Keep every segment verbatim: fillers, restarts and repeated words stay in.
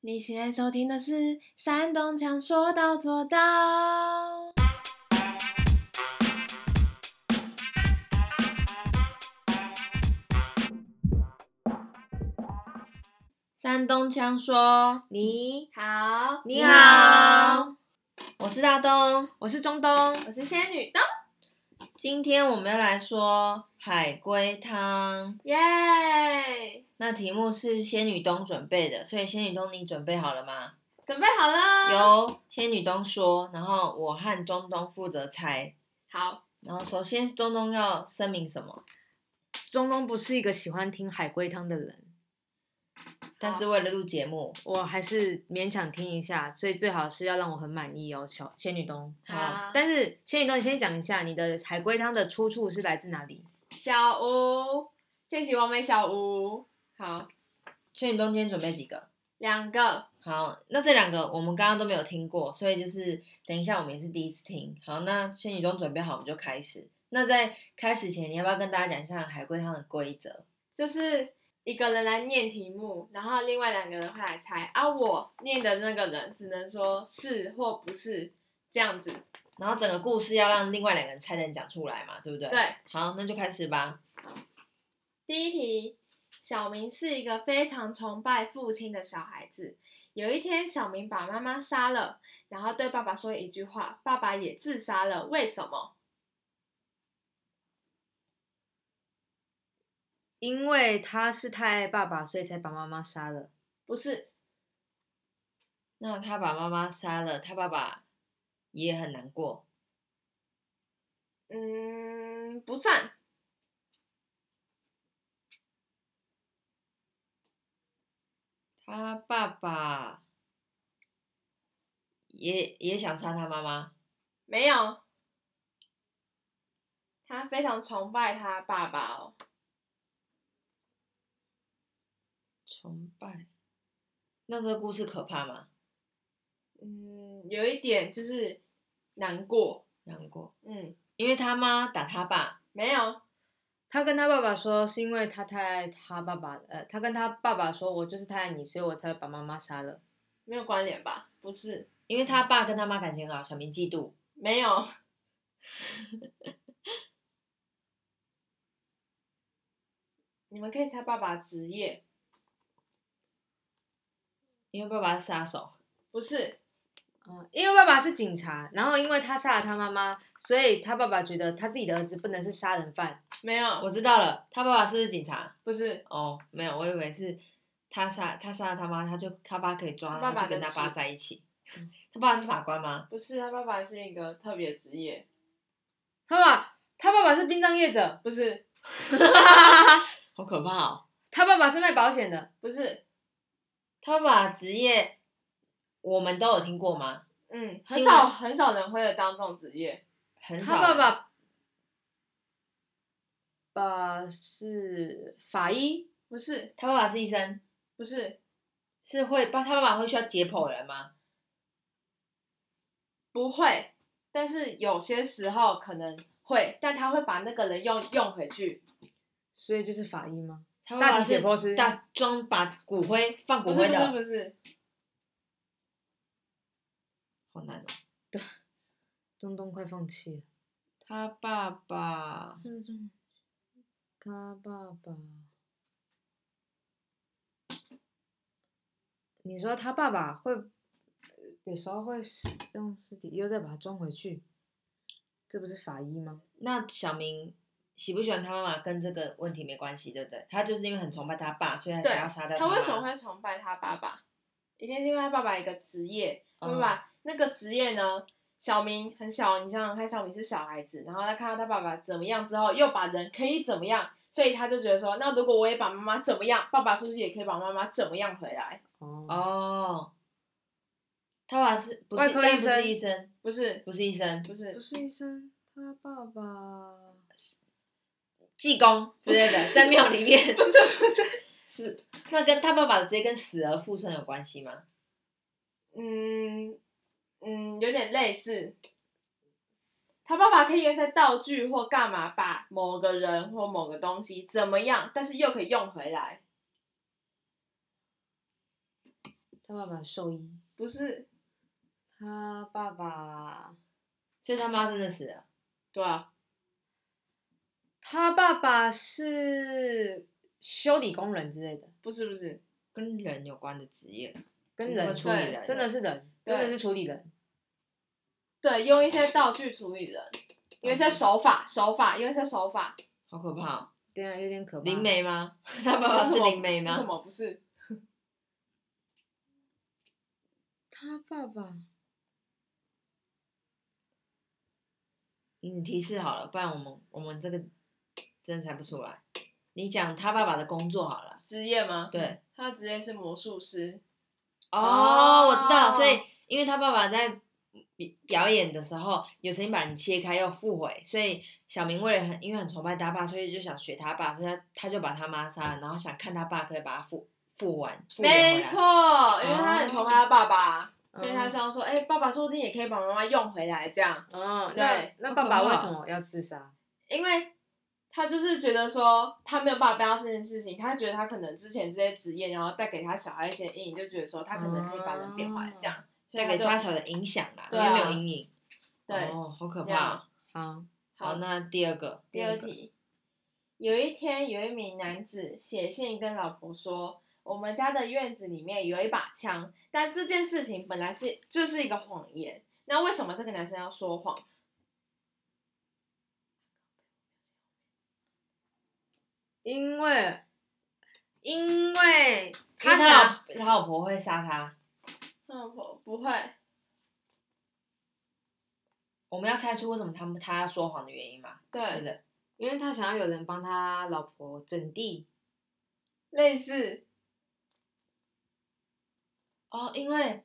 你现在收听的是山东腔说到做到。 山东腔说你好， 你好，我是大东， 我是中东，我是仙女东。 今天我们要来说海龟汤， 耶、 yeah! 那题目是仙女东准备的，所以仙女东你准备好了吗？ 准备好了。 由仙女东说，然后我和中东负责猜。 好， 然后首先中东要声明什么？ 中东不是一个喜欢听海龟汤的人， 但是为了录节目， 我还是勉强听一下，所以最好是要让我很满意哦，小仙女东。 好， 但是仙女东，你先讲一下你的海龟汤的出处是来自哪里？ 小吴，这是完美小吴。好， 仙女东今天准备几个？ 两个。 好，那这两个我们刚刚都没有听过，所以就是等一下我们也是第一次听。好，那仙女东准备好，我们就开始。那在开始前，你要不要跟大家讲一下海龟汤的规则？ 就是一个人来念题目，然后另外两个人会来猜啊。我念的那个人只能说是或不是这样子， 然后整个故事要让另外两个人猜能讲出来嘛，对不对？ 对。 好，那就开始吧。 第一题，小明是一个非常崇拜父亲的小孩子。有一天，小明把妈妈杀了，然后对爸爸说一句话，爸爸也自杀了，为什么？ 因为他是太爱爸爸，所以才把妈妈杀了。 不是。 那他把妈妈杀了，他爸爸也很难过。 嗯，不算。 他爸爸也也想杀他妈妈。 没有。他非常崇拜他爸爸哦。 崇拜。那这个故事可怕吗？ 嗯，有一点就是难过。 难过。 嗯， 因为他妈打他爸。 没有。 他跟他爸爸说是因为他太爱他爸爸，呃，他跟他爸爸说我就是太爱你，所以我才会把妈妈杀了。 没有关联吧？不是。 因为他爸跟他妈感情好，小明嫉妒。 没有。你们可以猜爸爸职业。 因为爸爸是杀手。 不是。 嗯，因为爸爸是警察，然后因为他杀了他妈妈，所以他爸爸觉得他自己的儿子不能是杀人犯。 没有。 我知道了，他爸爸是不是警察？ 不是。 哦，没有，我以为是他杀他杀了他妈，他就他爸可以抓他，就跟他爸在一起。他爸爸是法官吗？ 不是，他爸爸是一个特别职业。 他爸爸他爸爸是殡葬业者。 不是。 好可怕哦。 他爸爸是卖保险的。 不是。 他爸爸职业我们都有听过吗？ 嗯，很少很少人会当这种职业。 很少。 他爸爸爸是法医。 不是。 他爸爸是医生。 不是。 是会他爸爸会需要解剖人吗？ 不会，但是有些时候可能会，但他会把那个人用用回去。 所以就是法医吗？ 他爸爸是大体解剖师。 大装把骨灰放骨灰的。 不是不是不是。 好难哦。 对，中东快放弃了。 他爸爸。 他爸爸。你说他爸爸会有时候会用尸体又再把它装回去，这不是法医吗？ 那小明喜不喜欢他妈妈跟这个问题没关系，对不对？他就是因为很崇拜他爸，所以他才要杀掉他妈。 他为什么会崇拜他爸爸？一定是因为他爸爸一个职业，他爸爸、 嗯、 那个职业呢，小明很小，你想想看，小明是小孩子，然后他看到他爸爸怎么样之后，又把人可以怎么样，所以他就觉得说，那如果我也把妈妈怎么样，爸爸是不是也可以把妈妈怎么样回来？ 哦。 哦。他爸是不是外科医生？ 不是医生？ 不是。 不是医生？ 不是。 不是医生。他爸爸济公之类的，在庙里面。 不是不是。 是那跟他爸爸直接跟死而复生有关系吗？ 嗯嗯，有点类似。他爸爸可以用一些道具或干嘛把某个人或某个东西怎么样，但是又可以用回来。 他爸爸兽医， 不是， 他爸爸， 所以他妈真的死了。 对啊， 他爸爸是修理工人之类的， 不是不是， 跟人有关的职业， 跟只是会人对处理人， 真的是人， 对真的是处理人。 对，用一些道具处理人，用一些手法手法，用一些手法。 好可怕哦。 对啊，有点可怕。 灵媒吗？他爸爸是灵媒吗？ 为什么不是？ 他爸爸， 你提示好了，不然我们我们这个真的猜不出来。你讲他爸爸的工作好了。 职业吗？ 对， 他的职业是魔术师。 哦，我知道，所以因为他爸爸在表演的时候有曾经把人切开又复回，所以小明为了很因为很崇拜他爸，所以就想学他爸，所以他他就把他妈杀了，然后想看他爸可以把他复复完，复原回来没错，因为他很崇拜他爸爸， 哦所以他希望说，哎、爸爸说不定也可以把妈妈用回来，这样。 哦， 对那那爸爸好可怕为什么要自杀？ 因为他就是觉得说他没有办法办到这件事情，他觉得他可能之前这些职业，然后带给他小孩一些阴影，就觉得说他可能可以把人变回来，这样，所以带给就他小的影响啦， 对啊因为没有阴影。 对。 哦，好可这样怕。 好， 好，那第二个， 第二题，有一天有一名男子写信跟老婆说，我们家的院子里面有一把枪，但这件事情本来是就是一个谎言。那为什么这个男生要说谎？ 因为因为因他为他想老他老婆会杀他， 老婆不会， 我们要猜出为什么他们他要说谎的原因嘛？对不对， 对？ 因为他想要有人帮他老婆整地。 类似， 哦，因为，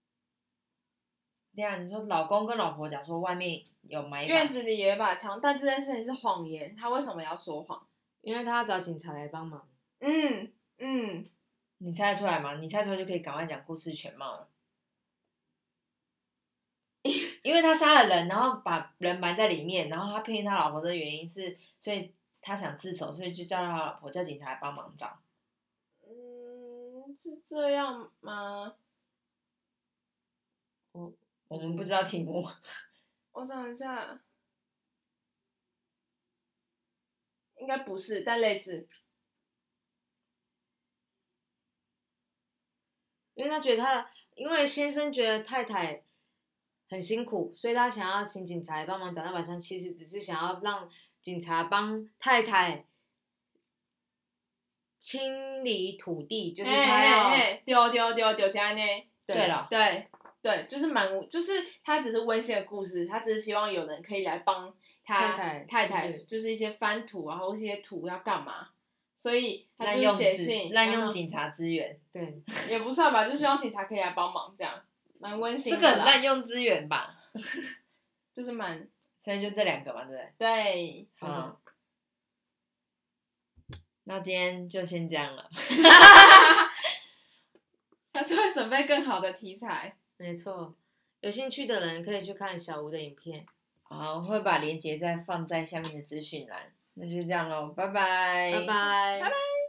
对啊，你说老公跟老婆讲说外面有买一把院子里有一把枪，但这件事情是谎言，他为什么要说谎？ 因为他要找警察来帮忙。 嗯嗯， 你猜得出来吗？你猜出来就可以赶快讲故事全貌了。因为他杀了人，然后把人埋在里面，然后他骗他老婆的原因是，所以他想自首，所以就叫他老婆叫警察来帮忙找。 嗯，是这样吗？ 我我们不知道题目。 我想一下，应该不是，但类似。 因为他觉得他，因为先生觉得太太很辛苦，所以他想要请警察来帮忙找那把枪，其实只是想要让警察帮太太清理土地，就是他要嘿嘿嘿丢丢丢丢起来呢。 对了， 对对，就是蛮无，就是他只是温馨的故事，他只是希望有人可以来帮他太太太太， 就是就是一些翻土啊，或一些土要干嘛，所以他就是滥用资写信， 滥然后用警察资源， 对， 也不算吧，就希望警察可以来帮忙，这样蛮温馨这个很的啦， 滥用资源吧？ 就是蛮所以就这两个嘛，对不对？ 对， 嗯，那今天就先这样了。 下次会准备更好的题材。 没错。有兴趣的人可以去看小吴的影片。 好，我会把链接再放在下面的资讯栏。那就这样喽，拜拜， 拜拜， 拜拜。